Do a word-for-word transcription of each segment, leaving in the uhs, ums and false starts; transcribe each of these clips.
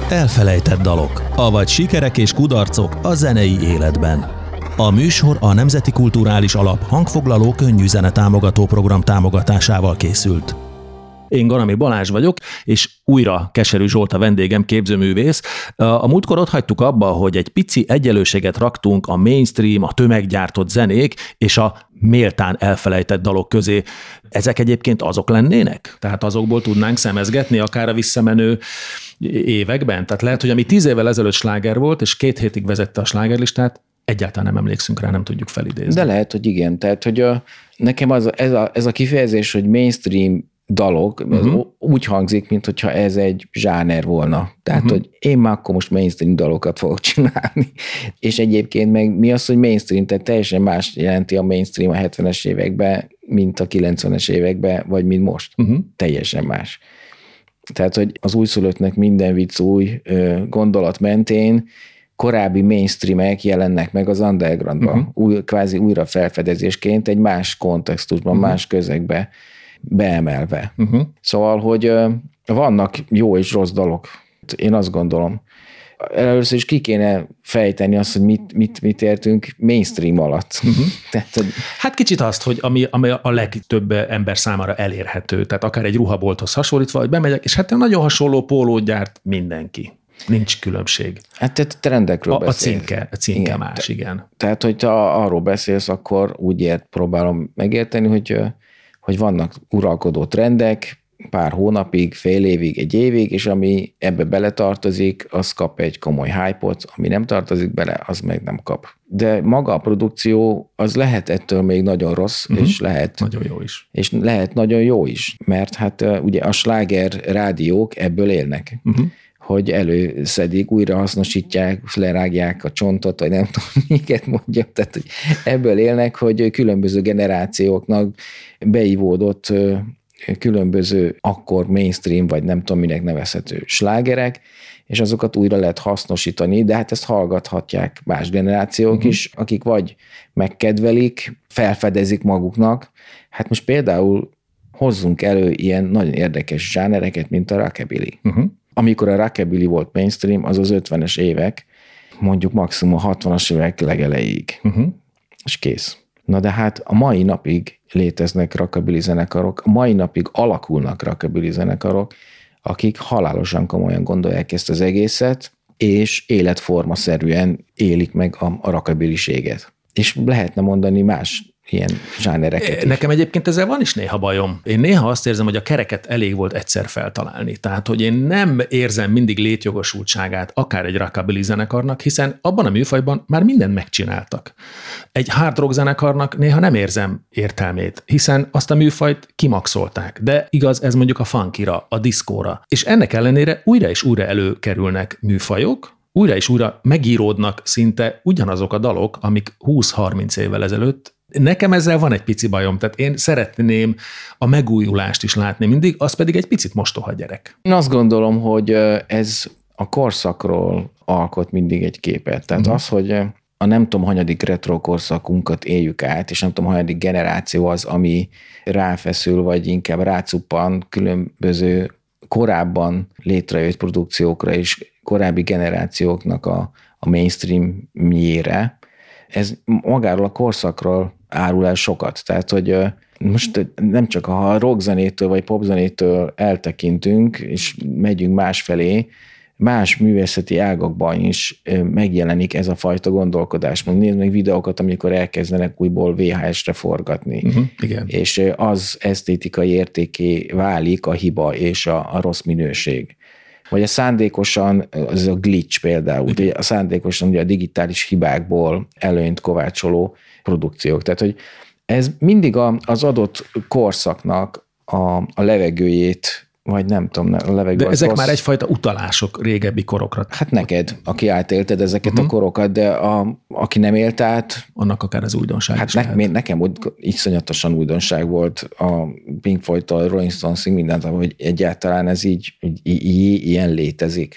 Elfelejtett dalok, avagy sikerek és kudarcok a zenei életben. A műsor a Nemzeti Kulturális Alap hangfoglaló könnyű zene támogató program támogatásával készült. Én Garami Balázs vagyok, és újra Keserű Zsolt a vendégem, képzőművész. A múltkor ott hagytuk abba, hogy egy pici egyenlőséget raktunk a mainstream, a tömeggyártott zenék és a méltán elfelejtett dalok közé. Ezek egyébként azok lennének? Tehát azokból tudnánk szemezgetni, akár a visszamenő években? Tehát lehet, hogy ami tíz évvel ezelőtt sláger volt, és két hétig vezette a slágerlistát, egyáltalán nem emlékszünk rá, nem tudjuk felidézni. De lehet, hogy igen. Tehát, hogy a, nekem az, ez, a, ez a kifejezés, hogy mainstream dalok, uh-huh. úgy hangzik, mintha ez egy zsáner volna. Tehát, uh-huh. hogy én már akkor most mainstream dalokat fogok csinálni. És egyébként meg mi az, hogy mainstream? Tehát teljesen más jelenti a mainstream a hetvenes években, mint a kilencvenes években, vagy mint most. Uh-huh. Teljesen más. Tehát, hogy az újszülöttnek minden vicc új gondolat mentén korábbi mainstreamek jelennek meg az undergroundban, uh-huh. új, kvázi újra felfedezésként egy más kontextusban, uh-huh. más közegbe beemelve. Uh-huh. Szóval, hogy vannak jó és rossz dalok. Én azt gondolom. Először is ki kéne fejteni azt, hogy mit, mit, mit értünk mainstream alatt. Uh-huh. Tehát, hogy... Hát kicsit azt, hogy ami, ami a legtöbb ember számára elérhető, tehát akár egy ruhabolthoz hasonlítva, hogy bemegyek, és hát nagyon hasonló pólót gyárt mindenki. Nincs különbség. Hát te trendekről a, beszélsz. A cinke, a cinke igen, más, igen. Tehát, hogy ha arról beszélsz, akkor úgy ért, próbálom megérteni, hogy, hogy vannak uralkodó trendek, pár hónapig, fél évig, egy évig, és ami ebbe beletartozik, az kap egy komoly hype-ot, ami nem tartozik bele, az meg nem kap. De maga a produkció, az lehet ettől még nagyon rossz, uh-huh. és lehet... Nagyon jó is. És lehet nagyon jó is, mert hát ugye a sláger rádiók ebből élnek. Uh-huh. Hogy előszedik, újra hasznosítják, lerágják a csontot, vagy nem tudom, miket mondjak. Tehát, hogy ebből élnek, hogy különböző generációknak beivódott különböző akkor mainstream, vagy nem tudom, minek nevezhető slágerek, és azokat újra lehet hasznosítani, de hát ezt hallgathatják más generációk uh-huh. is, akik vagy megkedvelik, felfedezik maguknak. Hát most például hozzunk elő ilyen nagyon érdekes zsánereket, mint a rockabilly. Uh-huh. Amikor a rockabilly volt mainstream, az az ötvenes évek, mondjuk maximum a hatvanas évek legelejéig. Uh-huh. És kész. Na de hát a mai napig léteznek rockabilly zenekarok, a mai napig alakulnak rockabilly zenekarok, akik halálosan komolyan gondolják ezt az egészet, és életformaszerűen élik meg a, a rockabillységet. És lehetne mondani más ilyen zsánereket is. Nekem egyébként ezzel van is néha bajom. Én néha azt érzem, hogy a kereket elég volt egyszer feltalálni. Tehát, hogy én nem érzem mindig létjogosultságát akár egy rockabilly zenekarnak, hiszen abban a műfajban már mindent megcsináltak. Egy hard rock zenekarnak néha nem érzem értelmét, hiszen azt a műfajt kimaxolták. De igaz, ez mondjuk a funkira, a diszkóra. És ennek ellenére újra és újra előkerülnek műfajok, újra és újra megíródnak szinte ugyanazok a dalok, amik húsz-harminc évvel ezelőtt. Nekem ezzel van egy pici bajom, tehát én szeretném a megújulást is látni mindig, az pedig egy picit mostoha gyerek. Én azt gondolom, hogy ez a korszakról alkot mindig egy képet. Tehát uh-huh. az, hogy a nem tudom, hanyadik retro korszakunkat éljük át, és nem tudom, hanyadik generáció az, ami ráfeszül, vagy inkább rácuppan különböző korábban létrejött produkciókra és korábbi generációknak a, a mainstreamjére. Ez magáról a korszakról árul el sokat. Tehát, hogy most nem csak a rockzenétől vagy popzenétől eltekintünk, és megyünk másfelé, más művészeti ágakban is megjelenik ez a fajta gondolkodás. Nézd meg videókat, amikor elkezdenek újból vé há es-re forgatni. Uh-huh, igen. És az esztétikai értéké válik a hiba és a, a rossz minőség. Vagy a szándékosan, az a glitch például, ugye a szándékosan ugye a digitális hibákból előnyt kovácsoló produkciók. Tehát, hogy ez mindig a, az adott korszaknak a, a levegőjét, vagy nem tudom, a levegő. De ezek rossz. Már egyfajta utalások régebbi korokra. Hát neked, aki átélted ezeket uh-huh. a korokat, de a, aki nem élt át... Annak akár az újdonság hát is ne, nekem úgy iszonyatosan újdonság volt a Pink Floyd-tól, Rolling Stones-ig mindent, hogy egyáltalán ez így, így, így ilyen létezik. Uh-huh.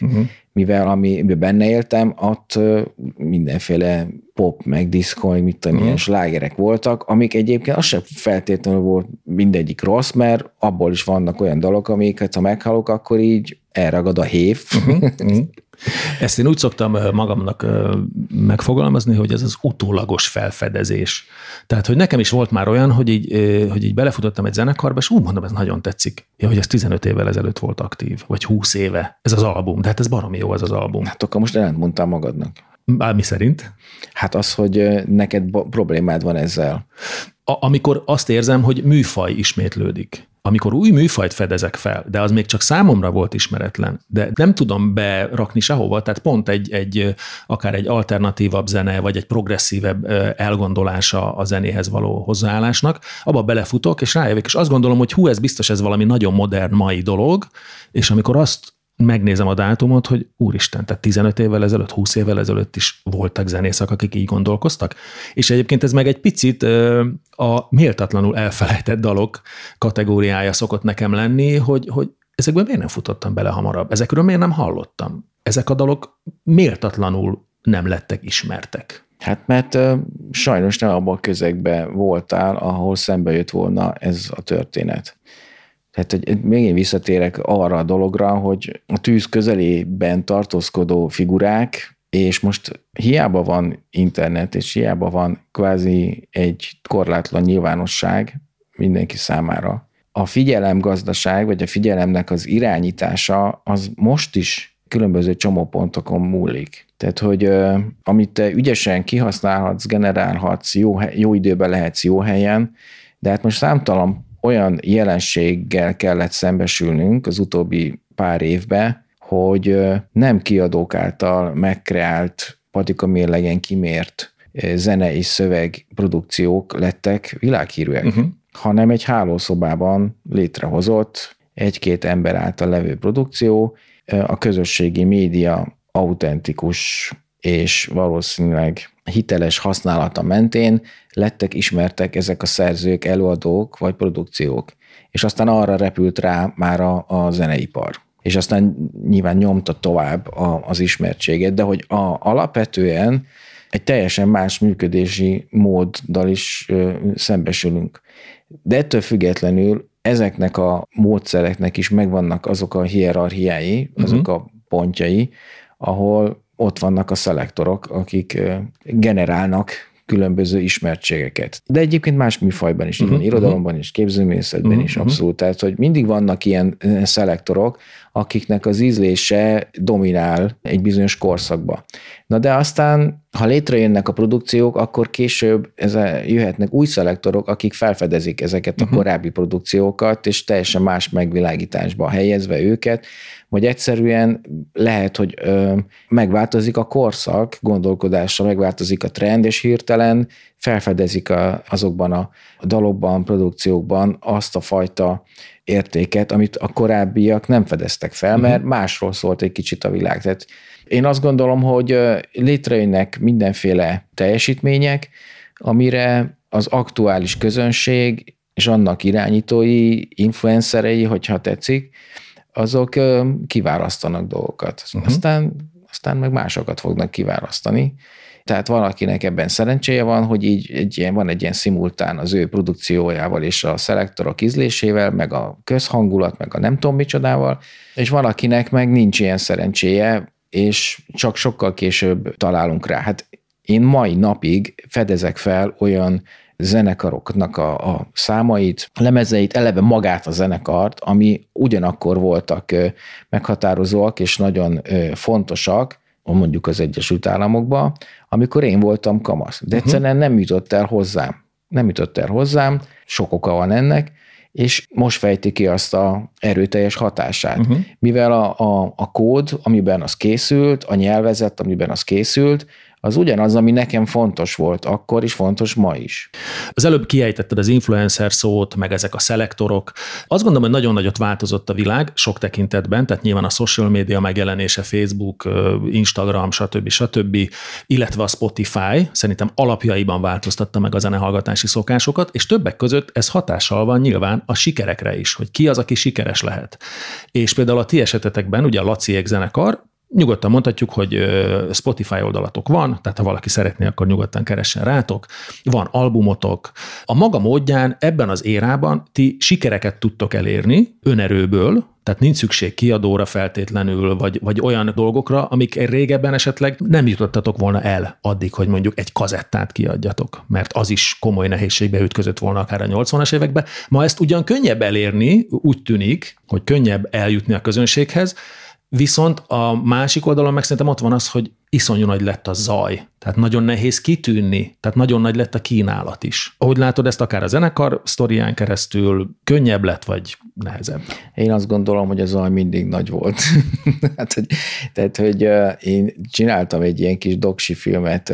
mivel amiben benne éltem, ott mindenféle pop, meg diszkó, meg mit tudom, uh-huh. ilyen slágerek voltak, amik egyébként az sem feltétlenül volt mindegyik rossz, mert abból is vannak olyan dalok, amiket ha meghallok, akkor így elragad a hév. Uh-huh. Ezt én úgy szoktam magamnak megfogalmazni, hogy ez az utólagos felfedezés. Tehát, hogy nekem is volt már olyan, hogy így, hogy így belefutottam egy zenekarba, és úgy mondom, ez nagyon tetszik. Ja, hogy ez tizenöt évvel ezelőtt volt aktív, vagy húsz éve. Ez az album, de hát ez baromi jó ez az album. Hát akkor most ellent mondtál magadnak. Bár mi szerint? Hát az, hogy neked problémád van ezzel. A, amikor azt érzem, hogy műfaj ismétlődik. Amikor új műfajt fedezek fel, de az még csak számomra volt ismeretlen, de nem tudom berakni sehova, tehát pont egy, egy akár egy alternatívabb zene, vagy egy progresszívebb elgondolása a zenéhez való hozzáállásnak, abba belefutok, és rájövök, és azt gondolom, hogy hú, ez biztos ez valami nagyon modern mai dolog, és amikor azt megnézem a dátumot, hogy úristen, tehát tizenöt évvel ezelőtt, húsz évvel ezelőtt is voltak zenészek, akik így gondolkoztak. És egyébként ez meg egy picit a méltatlanul elfelejtett dalok kategóriája szokott nekem lenni, hogy, hogy ezekben miért nem futottam bele hamarabb? Ezekről miért nem hallottam? Ezek a dalok méltatlanul nem lettek ismertek. Hát mert uh, sajnos nem abban a közegben voltál, ahol szembe jött volna ez a történet. Tehát, hogy még én visszatérek arra a dologra, hogy a tűz közelében tartózkodó figurák, és most hiába van internet, és hiába van kvázi egy korlátlan nyilvánosság mindenki számára. A figyelemgazdaság, vagy a figyelemnek az irányítása, az most is különböző csomópontokon múlik. Tehát, hogy uh, amit te ügyesen kihasználhatsz, generálhatsz, jó, jó időben lehetsz jó helyen, de hát most számtalan olyan jelenséggel kellett szembesülnünk az utóbbi pár évben, hogy nem kiadók által megkreált, patika mérlegen kimért zene és szöveg produkciók lettek világhírűek, uh-huh. hanem egy hálószobában létrehozott egy-két ember által levő produkció, a közösségi média autentikus és valószínűleg hiteles használata mentén lettek ismertek ezek a szerzők, előadók vagy produkciók. És aztán arra repült rá már a, a zeneipar. És aztán nyilván nyomta tovább a, az ismertséget, de hogy a, alapvetően egy teljesen más működési móddal is ö, szembesülünk. De ettől függetlenül ezeknek a módszereknek is megvannak azok a hierarchiái, azok uh-huh. a pontjai, ahol ott vannak a szelektorok, akik generálnak különböző ismertségeket. De egyébként más műfajban is, uh-huh. irodalomban is, képzőművészetben uh-huh. is abszolút. Tehát, hogy mindig vannak ilyen szelektorok, akiknek az ízlése dominál egy bizonyos korszakba. Na de aztán, ha létrejönnek a produkciók, akkor később ezzel jöhetnek új szelektorok, akik felfedezik ezeket a uh-huh. korábbi produkciókat, és teljesen más megvilágításba helyezve őket, vagy egyszerűen lehet, hogy ö, megváltozik a korszak gondolkodása, megváltozik a trend, és hirtelen felfedezik a, azokban a dalokban, produkciókban azt a fajta értéket, amit a korábbiak nem fedeztek fel, uh-huh. mert másról szólt egy kicsit a világ. Tehát én azt gondolom, hogy létrejönnek mindenféle teljesítmények, amire az aktuális közönség és annak irányítói, influencerei, hogyha tetszik, azok kiválasztanak dolgokat. Uh-huh. Aztán, aztán meg másokat fognak kiválasztani. Tehát valakinek ebben szerencséje van, hogy így egy ilyen, van egy ilyen szimultán az ő produkciójával és a szelektorok ízlésével, meg a közhangulat, meg a nem tudom micsodával, és valakinek meg nincs ilyen szerencséje, és csak sokkal később találunk rá. Hát én mai napig fedezek fel olyan zenekaroknak a, a számait, a lemezeit, eleve magát a zenekart, ami ugyanakkor voltak meghatározóak és nagyon fontosak, mondjuk az Egyesült Államokban, amikor én voltam kamasz. De egyszerűen nem jutott el hozzám. Nem jutott el hozzám, sok oka van ennek, és most fejti ki azt a erőteljes hatását. Uh-huh. Mivel a, a, a kód, amiben az készült, a nyelvezet, amiben az készült, az ugyanaz, ami nekem fontos volt akkor is, fontos ma is. Az előbb kiejtetted az influencer szót, meg ezek a szelektorok. Azt gondolom, hogy nagyon nagyot változott a világ sok tekintetben, tehát nyilván a social media megjelenése, Facebook, Instagram, stb. stb., illetve a Spotify szerintem alapjaiban változtatta meg a zenehallgatási szokásokat, és többek között ez hatással van nyilván a sikerekre is, hogy ki az, aki sikeres lehet. És például a ti esetetekben, ugye a Laciék zenekar, Nyugodtan mondhatjuk, hogy Spotify oldalatok van, tehát ha valaki szeretné, akkor nyugodtan keressen rátok. Van albumotok. A maga módján ebben az érában ti sikereket tudtok elérni önerőből, tehát nincs szükség kiadóra feltétlenül, vagy, vagy olyan dolgokra, amik régebben esetleg nem jutottatok volna el addig, hogy mondjuk egy kazettát kiadjatok, mert az is komoly nehézségbe ütközött volna akár a nyolcvanas években. Ma ezt ugyan könnyebb elérni, úgy tűnik, hogy könnyebb eljutni a közönséghez, viszont a másik oldalon meg szerintem ott van az, hogy iszonyú nagy lett a zaj. Tehát nagyon nehéz kitűnni, tehát nagyon nagy lett a kínálat is. Ahogy látod ezt akár a zenekar sztorián keresztül, könnyebb lett, vagy nehezebb? Én azt gondolom, hogy a zaj mindig nagy volt. hát, hogy, tehát, hogy én csináltam egy ilyen kis doksi filmet,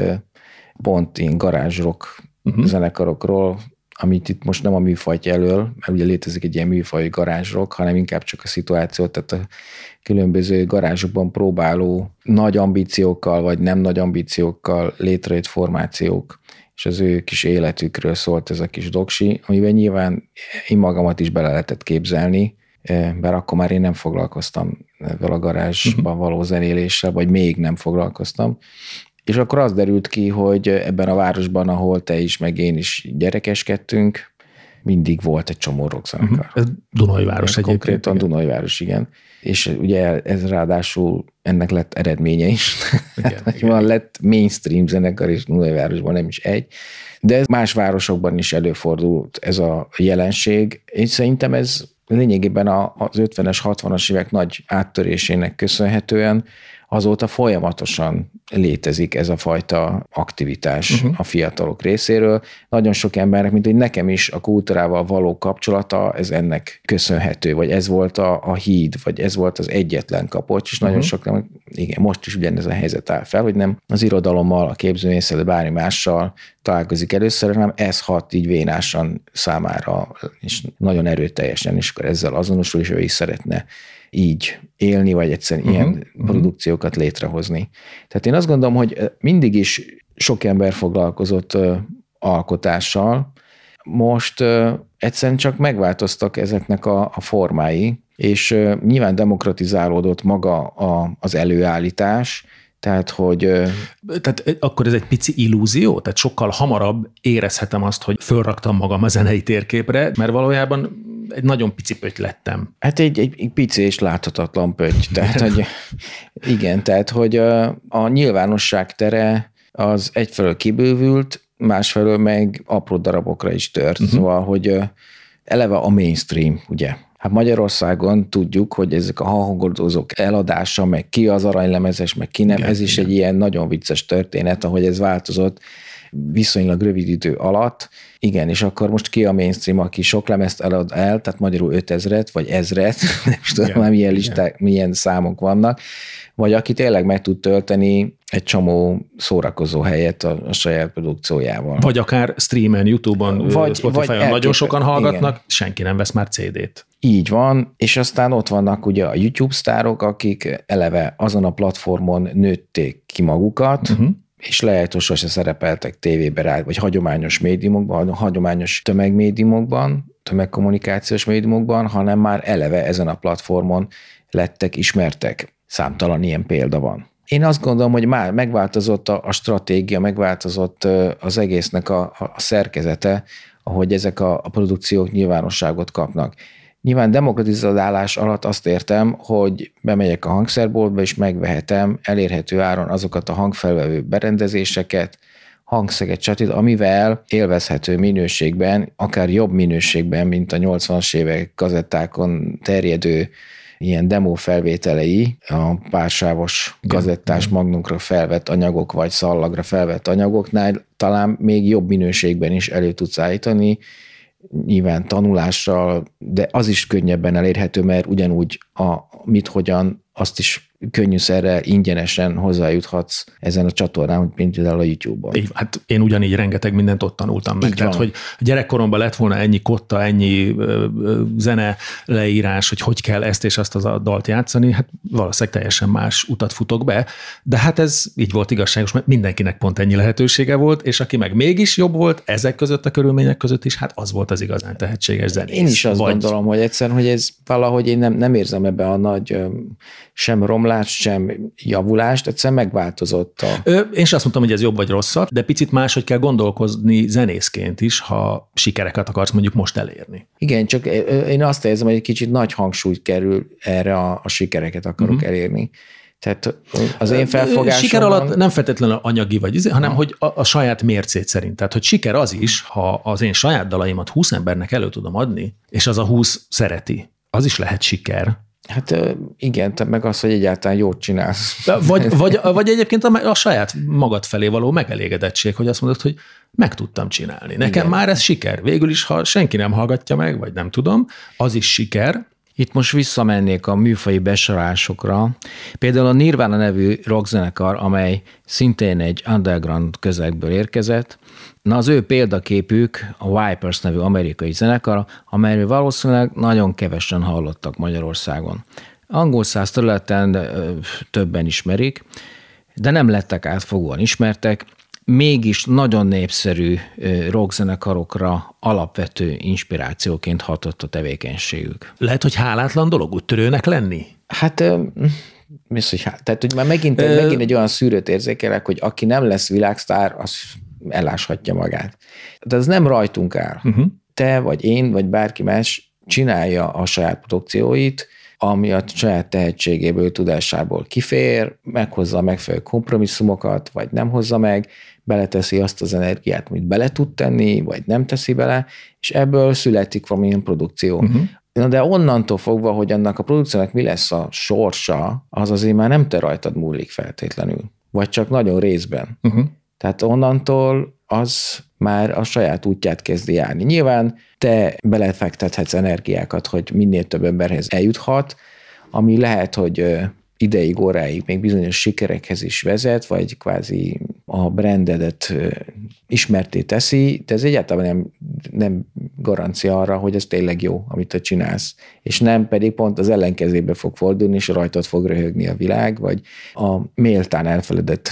pont én garázsrock uh-huh. zenekarokról, amit itt most nem a műfajt jelöl, mert ugye létezik egy ilyen műfaj garázsrock, hanem inkább csak a szituációt, tehát a különböző garázsokban próbáló nagy ambíciókkal, vagy nem nagy ambíciókkal létrejött formációk, és az ő kis életükről szólt ez a kis doksi, amiben nyilván én magamat is bele lehetett képzelni, bár akkor már én nem foglalkoztam ezzel a garázsban való zenéléssel, vagy még nem foglalkoztam. És akkor az derült ki, hogy ebben a városban, ahol te is, meg én is gyerekeskedtünk, mindig volt egy csomó rockzenekar. Ez Dunajváros egyébként. Konkrétan Dunajváros, igen. És ugye ez ráadásul ennek lett eredménye is. Igen, igen. Van, lett mainstream zenekar, és Dunajvárosban nem is egy. De más városokban is előfordult ez a jelenség. És szerintem ez lényegében az ötvenes, hatvanas évek nagy áttörésének köszönhetően azóta folyamatosan létezik ez a fajta aktivitás uh-huh. a fiatalok részéről. Nagyon sok embernek, mint hogy nekem is a kultúrával való kapcsolata, ez ennek köszönhető, vagy ez volt a, a híd, vagy ez volt az egyetlen kapocs, és uh-huh. nagyon sok, nem, igen, most is ugyanez a helyzet áll fel, hogy nem az irodalommal, a képzőművészettel, bármi mással találkozik először, hanem ez hat így vénásan számára, és nagyon erőteljesen, és akkor ezzel azonosul, és ő is szeretne így élni, vagy egyszerűen uh-huh, ilyen uh-huh. produkciókat létrehozni. Tehát én azt gondolom, hogy mindig is sok ember foglalkozott uh, alkotással, most uh, egyszerűen csak megváltoztak ezeknek a, a formái, és uh, nyilván demokratizálódott maga a, az előállítás, tehát, hogy... Uh, tehát akkor ez egy pici illúzió? Tehát sokkal hamarabb érezhetem azt, hogy fölraktam magam a zenei térképre, mert valójában egy nagyon pici pötty lettem. Hát egy, egy, egy pici és láthatatlan pötty. Tehát, hogy, igen, tehát, hogy a, a nyilvánosság tere az egyfelől kibővült, másfelől meg apró darabokra is tört. Uh-huh. Szóval, hogy eleve a mainstream, ugye. Hát Magyarországon tudjuk, hogy ezek a hangordozók eladása, meg ki az aranylemezes, meg ki nem, igen, ez is igen. egy ilyen nagyon vicces történet, ahogy ez változott viszonylag rövid idő alatt. Igen, és akkor most ki a mainstream, aki sok lemezt elad el, tehát magyarul ötezret, vagy ezret, nem is tudom már milyen listák, milyen számok vannak, vagy aki tényleg meg tud tölteni egy csomó szórakozó helyet a, a saját produkciójával. Vagy akár streamen, YouTube-on, vagy, Spotify-on vagy nagyon sokan hallgatnak, igen. senki nem vesz már cé dét. Így van, és aztán ott vannak ugye a YouTube sztárok, akik eleve azon a platformon nőtték ki magukat, uh-huh. és lehet, hogy sose szerepeltek tévébe rá, vagy hagyományos médiumokban, hagyományos tömegmédiumokban, tömegkommunikációs médiumokban, hanem már eleve ezen a platformon lettek ismertek. Számtalan ilyen példa van. Én azt gondolom, hogy már megváltozott a, a stratégia, megváltozott az egésznek a, a szerkezete, ahogy ezek a, a produkciók nyilvánosságot kapnak. Nyilván demokratizálás alatt azt értem, hogy bemegyek a hangszerboltba, és megvehetem elérhető áron azokat a hangfelvevő berendezéseket, hangszeget, stb., amivel élvezhető minőségben, akár jobb minőségben, mint a nyolcvanas évek kazettákon terjedő ilyen demo felvételei, a pársávos kazettás magnunkra felvett anyagok, vagy szallagra felvett anyagoknál talán még jobb minőségben is elő tudsz állítani, nyilván tanulással, de az is könnyebben elérhető, mert ugyanúgy a mit, hogyan, azt is könnyűszerrel, ingyenesen hozzájuthatsz ezen a csatornán, mint például a YouTube-on. Így, hát én ugyanígy rengeteg mindent ott tanultam meg. Így Tehát, van. Hogy gyerekkoromban lett volna ennyi kotta, ennyi ö, ö, zene leírás, hogy hogy kell ezt és azt az a dalt játszani, hát valószínűleg teljesen más utat futok be, de hát ez így volt igazságos, mert mindenkinek pont ennyi lehetősége volt, és aki meg mégis jobb volt ezek között a körülmények között is, hát az volt az igazán tehetséges zenész. Én is azt Vagy... gondolom, hogy egyszerűen, hogy ez valahogy én nem, nem érzem ebbe a nagy sem rom romlást, sem javulást, egyszerűen megváltozott a... Ö, én sem azt mondtam, hogy ez jobb vagy rosszabb, de picit máshogy kell gondolkozni zenészként is, ha sikereket akarsz mondjuk most elérni. Igen, csak én azt érzem, hogy egy kicsit nagy hangsúlyt kerül erre a, a sikereket akarok uh-huh. elérni. Tehát az én felfogásomban... Siker alatt nem feltétlenül anyagi vagy, izé, hanem ha. hogy a, a saját mércét szerint. Tehát, hogy siker az is, ha az én saját dalaimat húsz embernek elő tudom adni, és az a húsz szereti, az is lehet siker. Hát igen, te meg az, hogy egyáltalán jót csinálsz. Vagy, vagy, vagy egyébként a, a saját magad felé való megelégedettség, hogy azt mondod, hogy meg tudtam csinálni. Nekem igen. már ez siker. Végül is, ha senki nem hallgatja meg, vagy nem tudom, az is siker. Itt most visszamennék a műfaji besorolásokra. Például a Nirvana nevű rockzenekar, amely szintén egy underground közegből érkezett. Na az ő példaképük a Vipers nevű amerikai zenekar, amelyről valószínűleg nagyon kevesen hallottak Magyarországon. Angol száz területen ö, többen ismerik, de nem lettek átfogóan ismertek, mégis nagyon népszerű rockzenekarokra alapvető inspirációként hatott a tevékenységük. Lehet, hogy hálátlan dolog úttörőnek lenni? Hát, mi az, hogy hát, tehát, hogy már megint, Ö... megint egy olyan szűrőt érzékelek, hogy aki nem lesz világsztár, az eláshatja magát. De ez nem rajtunk áll. Uh-huh. Te, vagy én, vagy bárki más csinálja a saját produkcióit, ami a saját tehetségéből, tudásából kifér, meghozza a megfelelő kompromisszumokat, vagy nem hozza meg, beleteszi azt az energiát, amit bele tud tenni, vagy nem teszi bele, és ebből születik valamilyen produkció. Uh-huh. Na de onnantól fogva, hogy annak a produkciónak mi lesz a sorsa, az azért már nem te rajtad múlik feltétlenül, vagy csak nagyon részben. Uh-huh. Tehát onnantól az már a saját útját kezdi járni. Nyilván te belefektethetsz energiákat, hogy minél több emberhez eljuthat, ami lehet, hogy ideig, óráig még bizonyos sikerekhez is vezet, vagy kvázi a brandedet ismerté teszi, de ez egyáltalán nem, nem garancia arra, hogy ez tényleg jó, amit te csinálsz. És nem pedig pont az ellenkezébe fog fordulni, és rajtad fog röhögni a világ, vagy a méltán elfeledett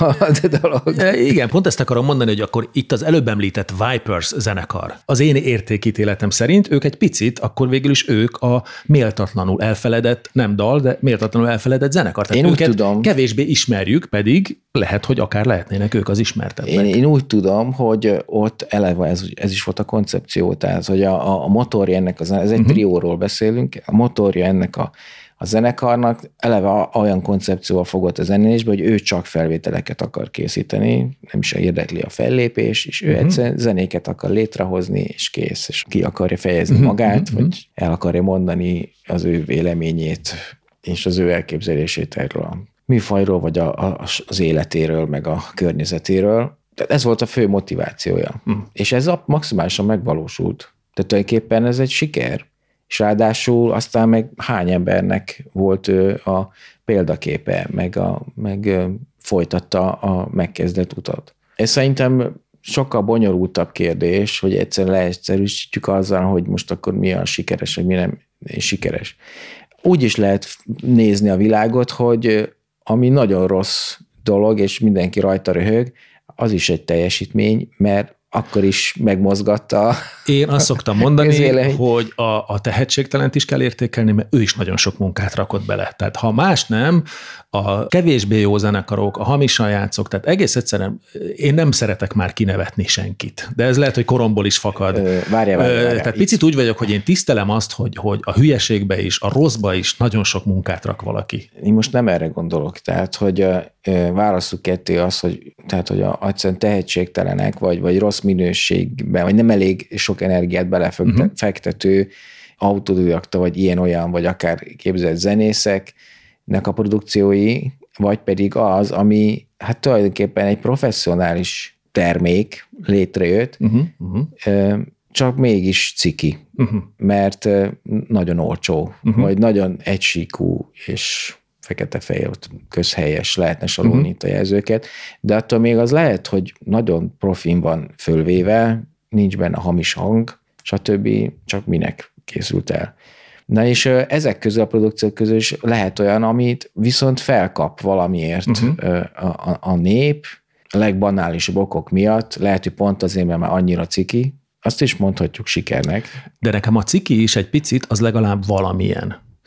dolog. Igen, pont ezt akarom mondani, hogy akkor itt az előbb említett Vipers zenekar. Az én értékítéletem szerint ők egy picit, akkor végül is ők a méltatlanul elfeledett, nem dal, de méltatlanul elfeledett zenekar. Tehát én úgy tudom, kevésbé ismerjük, pedig lehet, hogy akár lehetnének ők az ismertebbek. Én, én úgy tudom, hogy ott eleve ez, ez is volt a koncepció, tehát hogy a, a motorja ennek, az, ez egy uh-huh. trióról beszélünk, a motorja ennek a, a zenekarnak eleve olyan koncepcióval fogott a zenélésbe, hogy ő csak felvételeket akar készíteni, nem is érdekli a fellépés, és ő uh-huh. egyszerűen zenéket akar létrehozni, és kész, és ki akarja fejezni uh-huh. magát, uh-huh. vagy el akarja mondani az ő véleményét, és az ő elképzelését erről a műfajról, vagy a, a, az életéről, meg a környezetéről. Tehát ez volt a fő motivációja. Mm. És ez a maximálisan megvalósult. Tehát tulajdonképpen ez egy siker. És ráadásul aztán meg hány embernek volt a példaképe, meg, a, meg folytatta a megkezdett utat. Ez szerintem sokkal bonyolultabb kérdés, hogy egyszerűen leegyszerűsítjük azzal, hogy most akkor mi a sikeres, vagy mi nem sikeres. Úgy is lehet nézni a világot, hogy ami nagyon rossz dolog, és mindenki rajta röhög, az is egy teljesítmény, mert akkor is megmozgatta. Én azt szoktam mondani, hogy a, a tehetségtelent is kell értékelni, mert ő is nagyon sok munkát rakott bele. Tehát ha más nem, a kevésbé jó zenekarok, a hamisan játszók, tehát egész egyszerűen én nem szeretek már kinevetni senkit, de ez lehet, hogy koromból is fakad. Ö, várjál, várjál, várjál. Tehát picit úgy vagyok, hogy én tisztelem azt, hogy, hogy a hülyeségbe is, a rosszba is nagyon sok munkát rak valaki. Én most nem erre gondolok, tehát hogy válasszuk ketté az, hogy, tehát, hogy a, egyszerűen tehetségtelenek, vagy, vagy rossz minőségben, vagy nem elég sok energiát belefektető uh-huh. autodidakta, vagy ilyen-olyan, vagy akár képzelt zenészeknek a produkciói, vagy pedig az, ami hát tulajdonképpen egy professzionális termék létrejött, uh-huh. Uh-huh. csak mégis ciki, uh-huh. mert nagyon olcsó, uh-huh. vagy nagyon egysíkú, és fekete-fehér, közhelyes, lehetne sorolni uh-huh. itt a jelzőket, de attól még az lehet, hogy nagyon profin van fölvéve, nincs benne hamis hang, stb. Csak minek készült el. Na és ezek közül a produkciók közül is lehet olyan, amit viszont felkap valamiért uh-huh. a, a, a nép, a legbanálisabb okok miatt, lehet, hogy pont azért, mert már annyira ciki, azt is mondhatjuk sikernek. De nekem a ciki is egy picit, az legalább valamilyen.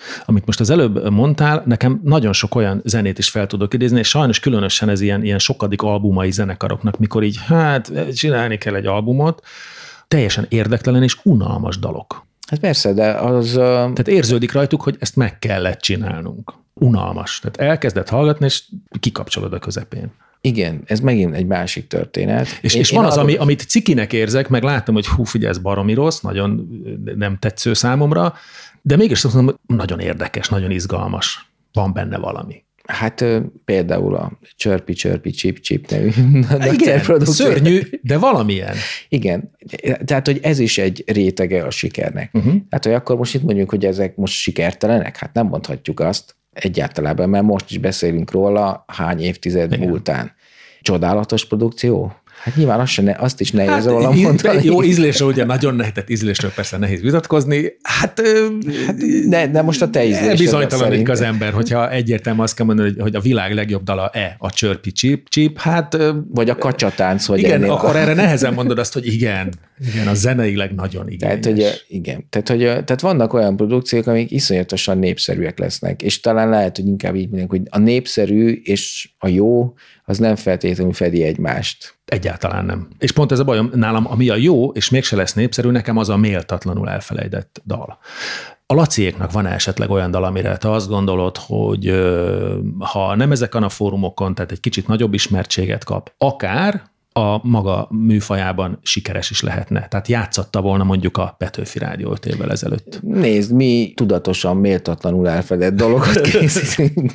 Amit most az előbb mondtál, nekem nagyon sok olyan zenét is fel tudok idézni, és sajnos különösen ez ilyen, ilyen sokadik albumai zenekaroknak, mikor így, hát csinálni kell egy albumot, teljesen érdektelen és unalmas dalok. Hát persze, de az... Uh... Tehát érződik rajtuk, hogy ezt meg kellett csinálnunk. Unalmas. Tehát elkezdett hallgatni, és kikapcsolod a közepén. Igen, ez megint egy másik történet. És, én, és van az, ami, amit cikinek érzek, meg látom, hogy hú, figyelj, ez baromi rossz, nagyon nem tetsző számomra, de mégis azt mondom, hogy nagyon érdekes, nagyon izgalmas. Van benne valami. Hát például a Csörpi Csörpi Csip Csip nevű. Igen, szörnyű, de valamilyen. Igen, tehát, hogy ez is egy rétege a sikernek. Uh-huh. Hát, hogy akkor most itt mondjuk, hogy ezek most sikertelenek, hát nem mondhatjuk azt egyáltalán, mert most is beszélünk róla hány évtized Igen. múltán. Csodálatos produkció? Hát nyilván azt, ne, azt is nehéz hát, róla mondani. Jó ízlésről, ugye nagyon nehéz, tehát ízlésről persze nehéz vitatkozni. Hát, hát de, de most a te ízlésről. Bizonytalanodik az ember, hogyha egyértelmű azt kell mondani, hogy a világ legjobb dala-e a Csörpi Csip Csip, hát... Vagy a kacsatánc, vagy igen, akkor a... erre nehezen mondod azt, hogy igen, igen, a zeneileg nagyon igényes. Tehát, hogy, igen, tehát, hogy, tehát vannak olyan produkciók, amik iszonyatosan népszerűek lesznek, és talán lehet, hogy inkább így mondjuk, hogy a népszerű és a jó, az nem feltétlenül fedi egymást. Egyáltalán nem. És pont ez a bajom nálam, ami a jó, és mégse lesz népszerű, nekem az a méltatlanul elfelejtett dal. A Laciéknak van esetleg olyan dal, amire te azt gondolod, hogy ha nem ezeken a fórumokon, tehát egy kicsit nagyobb ismertséget kap, akár a maga műfajában sikeres is lehetne. Tehát játszatta volna mondjuk a Petőfi Rádió öt évvel ezelőtt. Nézd, mi tudatosan méltatlanul elfedett dolgokat készítünk.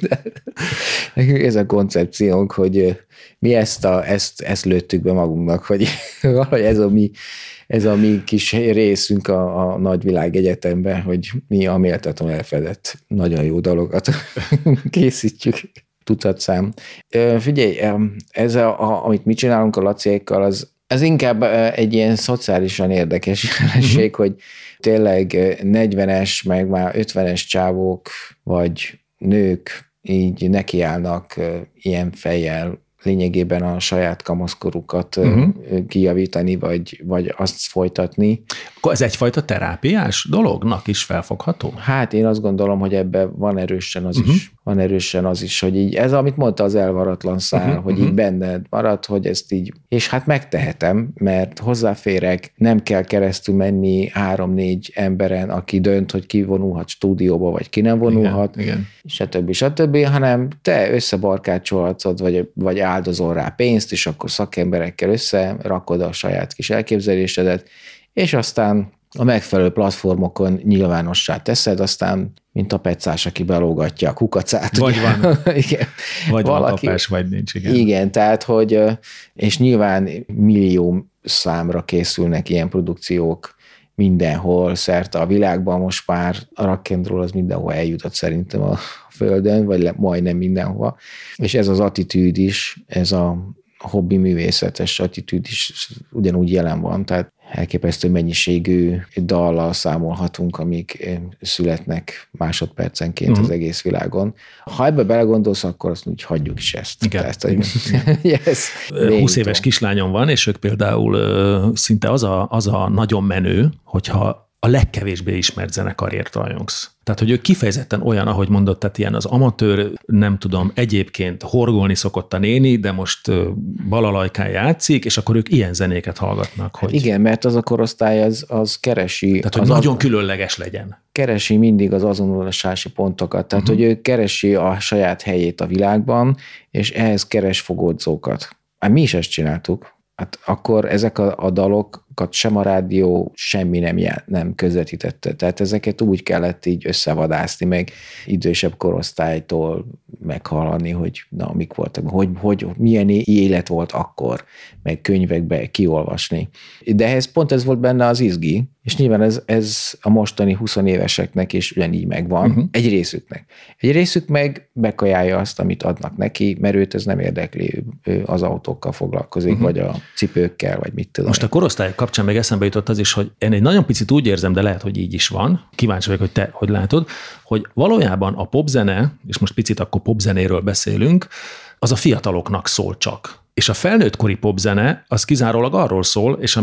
Ez a koncepciónk, hogy mi ezt, a, ezt, ezt lőttük be magunknak, hogy valahogy ez a mi, ez a mi kis részünk a, a nagyvilág egyetemben, hogy mi a méltatlanul elfedett nagyon jó dolgokat készítjük. Tucatszám. Figyelj, ez a, a, amit mi csinálunk a Laciékkal, az, az inkább egy ilyen szociálisan érdekes jelenség, uh-huh. hogy tényleg negyvenes, meg már ötvenes csávók, vagy nők így nekiállnak ilyen fejjel lényegében a saját kamaszkorukat uh-huh. kijavítani, vagy, vagy azt folytatni. Akkor ez egyfajta terápiás dolognak is felfogható? Hát én azt gondolom, hogy ebben van erősen az uh-huh. is. Van erősen az is, hogy így, ez amit mondta az elvaratlan szál, uh-huh. hogy uh-huh. így benned marad, hogy ezt így, és hát megtehetem, mert hozzáférek, nem kell keresztül menni három-négy emberen, aki dönt, hogy ki vonulhat stúdióba, vagy ki nem vonulhat, igen, igen. stb. stb., hanem te összebarkácsolhatod, vagy, vagy áldozol rá pénzt, és akkor szakemberekkel összerakod a saját kis elképzelésedet, és aztán a megfelelő platformokon nyilvánossá teszed, aztán mint a pecás, aki belógatja a kukacát. Vagy ugye? Van. Igen. Vagy valaki, van kapás, vagy nincs. Igen. igen, tehát, hogy és nyilván millió számra készülnek ilyen produkciók mindenhol, szerte a világban, most már a rock and roll az mindenhol eljutott szerintem a földön, vagy le, majdnem mindenhova. És ez az attitűd is, ez a hobbi művészetes attitűd is ugyanúgy jelen van, tehát elképesztő mennyiségű dallal számolhatunk, amik születnek másodpercenként uh-huh. az egész világon. Ha ebbe belegondolsz, akkor azt úgy hagyjuk is ezt. Igen. Tehát, hogy yes, húsz éves kislányom van, és ők például szinte az a, az a nagyon menő, hogyha a legkevésbé ismert zenekarért rajongsz. Tehát, hogy ő kifejezetten olyan, ahogy mondott, tehát ilyen az amatőr, nem tudom, egyébként horgolni szokott a néni, de most balalajkán játszik, és akkor ők ilyen zenéket hallgatnak. Hogy... Igen, mert az a korosztály az, az keresi... Tehát, hogy az nagyon az... különleges legyen. Keresi mindig az azonosulási pontokat. Tehát, uh-huh. hogy ő keresi a saját helyét a világban, és ehhez keres fogódzókat. Hát mi is ezt csináltuk. Hát akkor ezek a, a dalokat sem a rádió, semmi nem, jel, nem közvetítette. Tehát ezeket úgy kellett így összevadászni, meg idősebb korosztálytól meghallani, hogy na, mik voltak, hogy, hogy milyen élet volt akkor, meg könyvekbe kiolvasni. De ehhez pont ez volt benne az izgi, és nyilván ez, ez a mostani huszonéveseknek is ugyanígy megvan, uh-huh. egy részüknek. Egy részük meg bekajálja azt, amit adnak neki, mert őt ez nem érdekli, ő az autókkal foglalkozik, uh-huh. vagy a cipőkkel, vagy mit tudom. Most a korosztály kapcsán meg eszembe jutott az is, hogy én egy nagyon picit úgy érzem, de lehet, hogy így is van, kíváncsi vagyok, hogy te hogy látod, hogy valójában a popzene, és most picit akkor popzenéről beszélünk, az a fiataloknak szól csak. És a felnőttkori popzene az kizárólag arról szól, és amit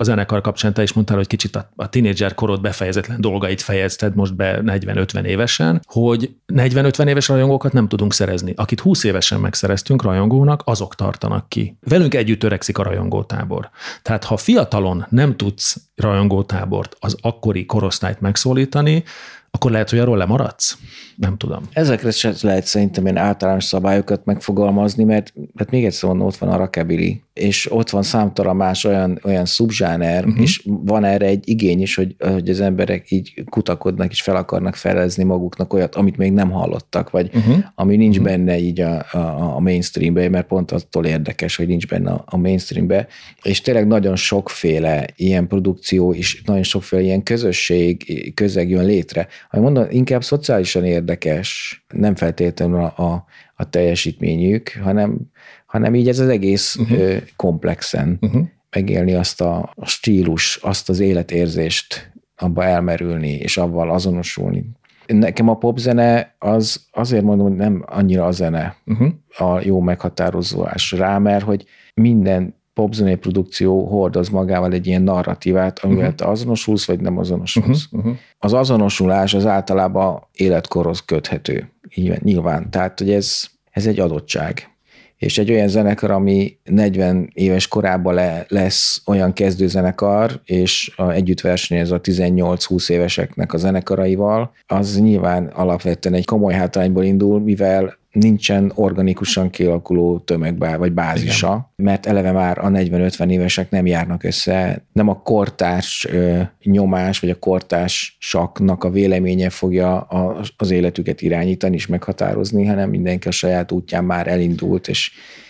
a zenekar kapcsán te is mondtál, hogy kicsit a, a tínédzser korod befejezetlen dolgait fejezted most be negyven-ötven évesen, hogy negyven-ötven éves rajongókat nem tudunk szerezni. Akit húsz évesen megszereztünk rajongónak, azok tartanak ki. Velünk együtt törekszik a rajongótábor. Tehát ha fiatalon nem tudsz rajongótábort, az akkori korosztályt megszólítani, akkor lehet, hogy arról lemaradsz? Nem tudom. Ezekre sem lehet szerintem ilyen általános szabályokat megfogalmazni, mert hát még egyszer mondom, ott van a rockabilly, és ott van számtalan más olyan, olyan szubzsáner, uh-huh. és van erre egy igény is, hogy, hogy az emberek így kutakodnak, és fel akarnak felezni maguknak olyat, amit még nem hallottak, vagy uh-huh. ami nincs uh-huh. benne így a, a, a mainstreambe, mert pont attól érdekes, hogy nincs benne a, a mainstreambe, és tényleg nagyon sokféle ilyen produkció, és nagyon sokféle ilyen közösség, közeg jön létre. Ahogy mondom, inkább szociálisan érdekes, nem feltétlenül a, a, a teljesítményük, hanem, hanem így ez az egész uh-huh. komplexen uh-huh. megélni azt a, a stílus, azt az életérzést, abba elmerülni, és avval azonosulni. Nekem a popzene az, azért mondom, hogy nem annyira a zene uh-huh. a jó meghatározás rá, mert hogy minden popzenei produkció hordoz magával egy ilyen narratívát, amivel uh-huh. te azonosulsz, vagy nem azonosulsz. Uh-huh. Uh-huh. Az azonosulás az általában életkorhoz köthető. Így, nyilván. Tehát, hogy ez, ez egy adottság. És egy olyan zenekar, ami negyven éves korában le, lesz olyan kezdőzenekar, és a, együtt versenyez a tizennyolc-húsz éveseknek a zenekaraival, az nyilván alapvetően egy komoly hátrányból indul, mivel nincsen organikusan kialakuló tömegbá, vagy bázisa, igen. mert eleve már a negyven-ötven évesek nem járnak össze, nem a kortárs ö, nyomás, vagy a kortársaknak a véleménye fogja a, az életüket irányítani és meghatározni, hanem mindenki a saját útján már elindult, és,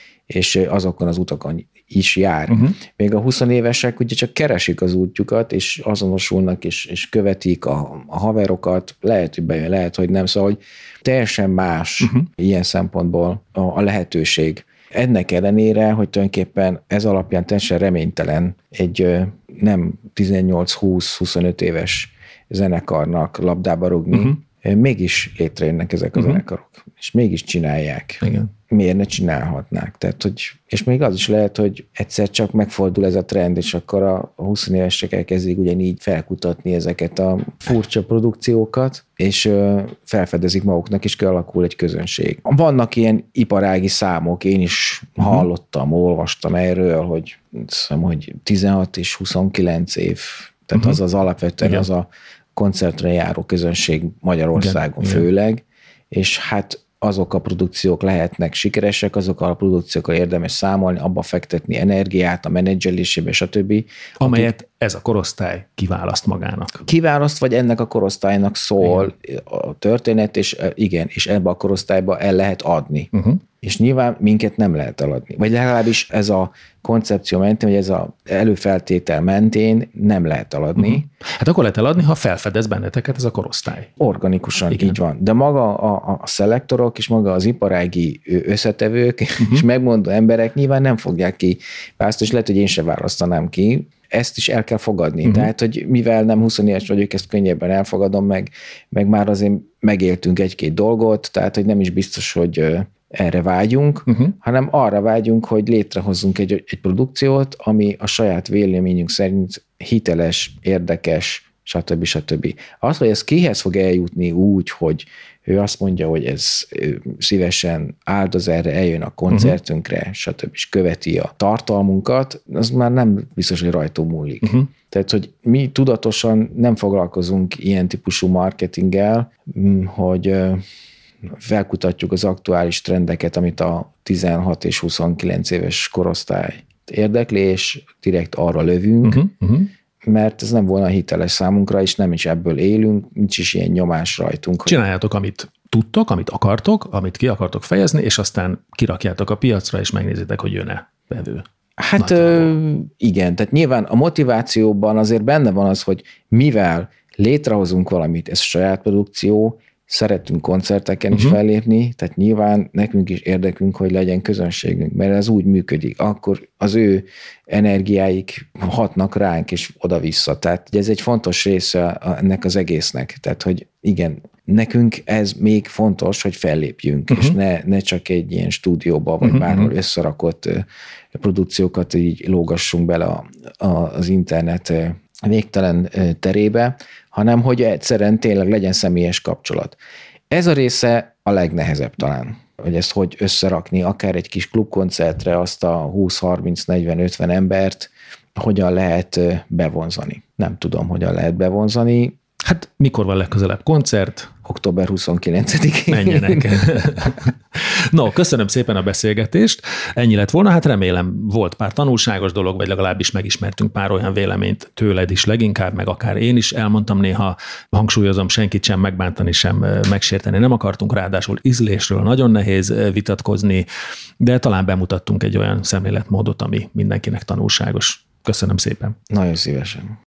és azokon az utakon is jár. Uh-huh. Még a húsz-évesek ugye csak keresik az útjukat, és azonosulnak, és, és követik a, a haverokat, lehet, hogy bejön, lehet, hogy nem, szóval, hogy teljesen más uh-huh. ilyen szempontból a, a lehetőség. Ennek ellenére, hogy tulajdonképpen ez alapján teljesen reménytelen egy nem tizennyolc-húsz-huszonöt éves zenekarnak labdába rugni, uh-huh. mégis létrejönnek ezek a uh-huh. zenekarok, és mégis csinálják. Igen. Miért ne csinálhatnák? Tehát, hogy, és még az is lehet, hogy egyszer csak megfordul ez a trend, és akkor a húsz évesek elkezdik ugyanígy felkutatni ezeket a furcsa produkciókat, és felfedezik maguknak, és kialakul egy közönség. Vannak ilyen iparági számok, én is uh-huh. hallottam, olvastam erről, hogy, szóval, hogy tizenhat és huszonkilenc év, tehát uh-huh. az az alapvetően igen. az a koncertre járó közönség Magyarországon igen. főleg, igen. és hát azok a produkciók lehetnek sikeresek, azok a produkciókkal érdemes számolni, abba fektetni energiát, a menedzselésébe, stb. Amelyet akik ez a korosztály kiválaszt magának. Kiválaszt, vagy ennek a korosztálynak szól igen. a történet, és igen, és ebbe a korosztályba el lehet adni. Uh-huh. És nyilván minket nem lehet eladni. Vagy legalábbis ez a koncepció mentén, vagy ez az előfeltétel mentén nem lehet eladni. Uh-huh. Hát akkor lehet eladni, ha felfedez benneteket ez a korosztály. Organikusan, igen. így van. De maga a, a szelektorok és maga az iparági összetevők uh-huh. és megmondó emberek nyilván nem fogják ki választani, és lehet, hogy én sem választanám ki. Ezt is el kell fogadni. Uh-huh. Tehát, hogy mivel nem húsz éves vagyok, ezt könnyebben elfogadom, meg, meg már azért megéltünk egy-két dolgot, tehát, hogy nem is biztos, hogy erre vágyunk, uh-huh. hanem arra vágyunk, hogy létrehozzunk egy, egy produkciót, ami a saját véleményünk szerint hiteles, érdekes, stb. stb. Az, hogy ez kihez fog eljutni úgy, hogy ő azt mondja, hogy ez szívesen áldoz erre, eljön a koncertünkre, uh-huh. stb. És követi a tartalmunkat, az már nem biztos, hogy rajtunk múlik. Uh-huh. Tehát, hogy mi tudatosan nem foglalkozunk ilyen típusú marketinggel, hogy felkutatjuk az aktuális trendeket, amit a tizenhat és huszonkilenc éves korosztály érdekli, és direkt arra lövünk, uh-huh, uh-huh. mert ez nem volna hiteles számunkra, és nem is ebből élünk, nincs is ilyen nyomás rajtunk. Csináljátok, amit tudtok, amit akartok, amit ki akartok fejezni, és aztán kirakjátok a piacra, és megnézitek, hogy jön-e vevő. Hát ö, igen, tehát nyilván a motivációban azért benne van az, hogy mivel létrehozunk valamit, ez saját produkció, szeretünk koncerteken uh-huh. is fellépni, tehát nyilván nekünk is érdekünk, hogy legyen közönségünk, mert ez úgy működik, akkor az ő energiáik hatnak ránk, és oda-vissza. Tehát ez egy fontos része ennek az egésznek. Tehát, hogy igen, nekünk ez még fontos, hogy fellépjünk, uh-huh. és ne, ne csak egy ilyen stúdióba, vagy uh-huh. bárhol összerakott produkciókat így lógassunk bele a, a, az internet végtelen terébe, hanem hogy egyszerűen tényleg legyen személyes kapcsolat. Ez a része a legnehezebb talán, hogy ezt hogy összerakni, akár egy kis klubkoncertre azt a húsz, harminc, negyven, ötven embert, hogyan lehet bevonzani. Nem tudom, hogyan lehet bevonzani. Hát mikor van legközelebb koncert? október huszonkilencedikén. Menjenek. No, köszönöm szépen a beszélgetést. Ennyi lett volna, hát remélem volt pár tanulságos dolog, vagy legalábbis megismertünk pár olyan véleményt tőled is leginkább, meg akár én is elmondtam néha, hangsúlyozom, senkit sem megbántani, sem megsérteni nem akartunk, ráadásul ízlésről nagyon nehéz vitatkozni, de talán bemutattunk egy olyan szemléletmódot, ami mindenkinek tanulságos. Köszönöm szépen. Nagyon szívesen.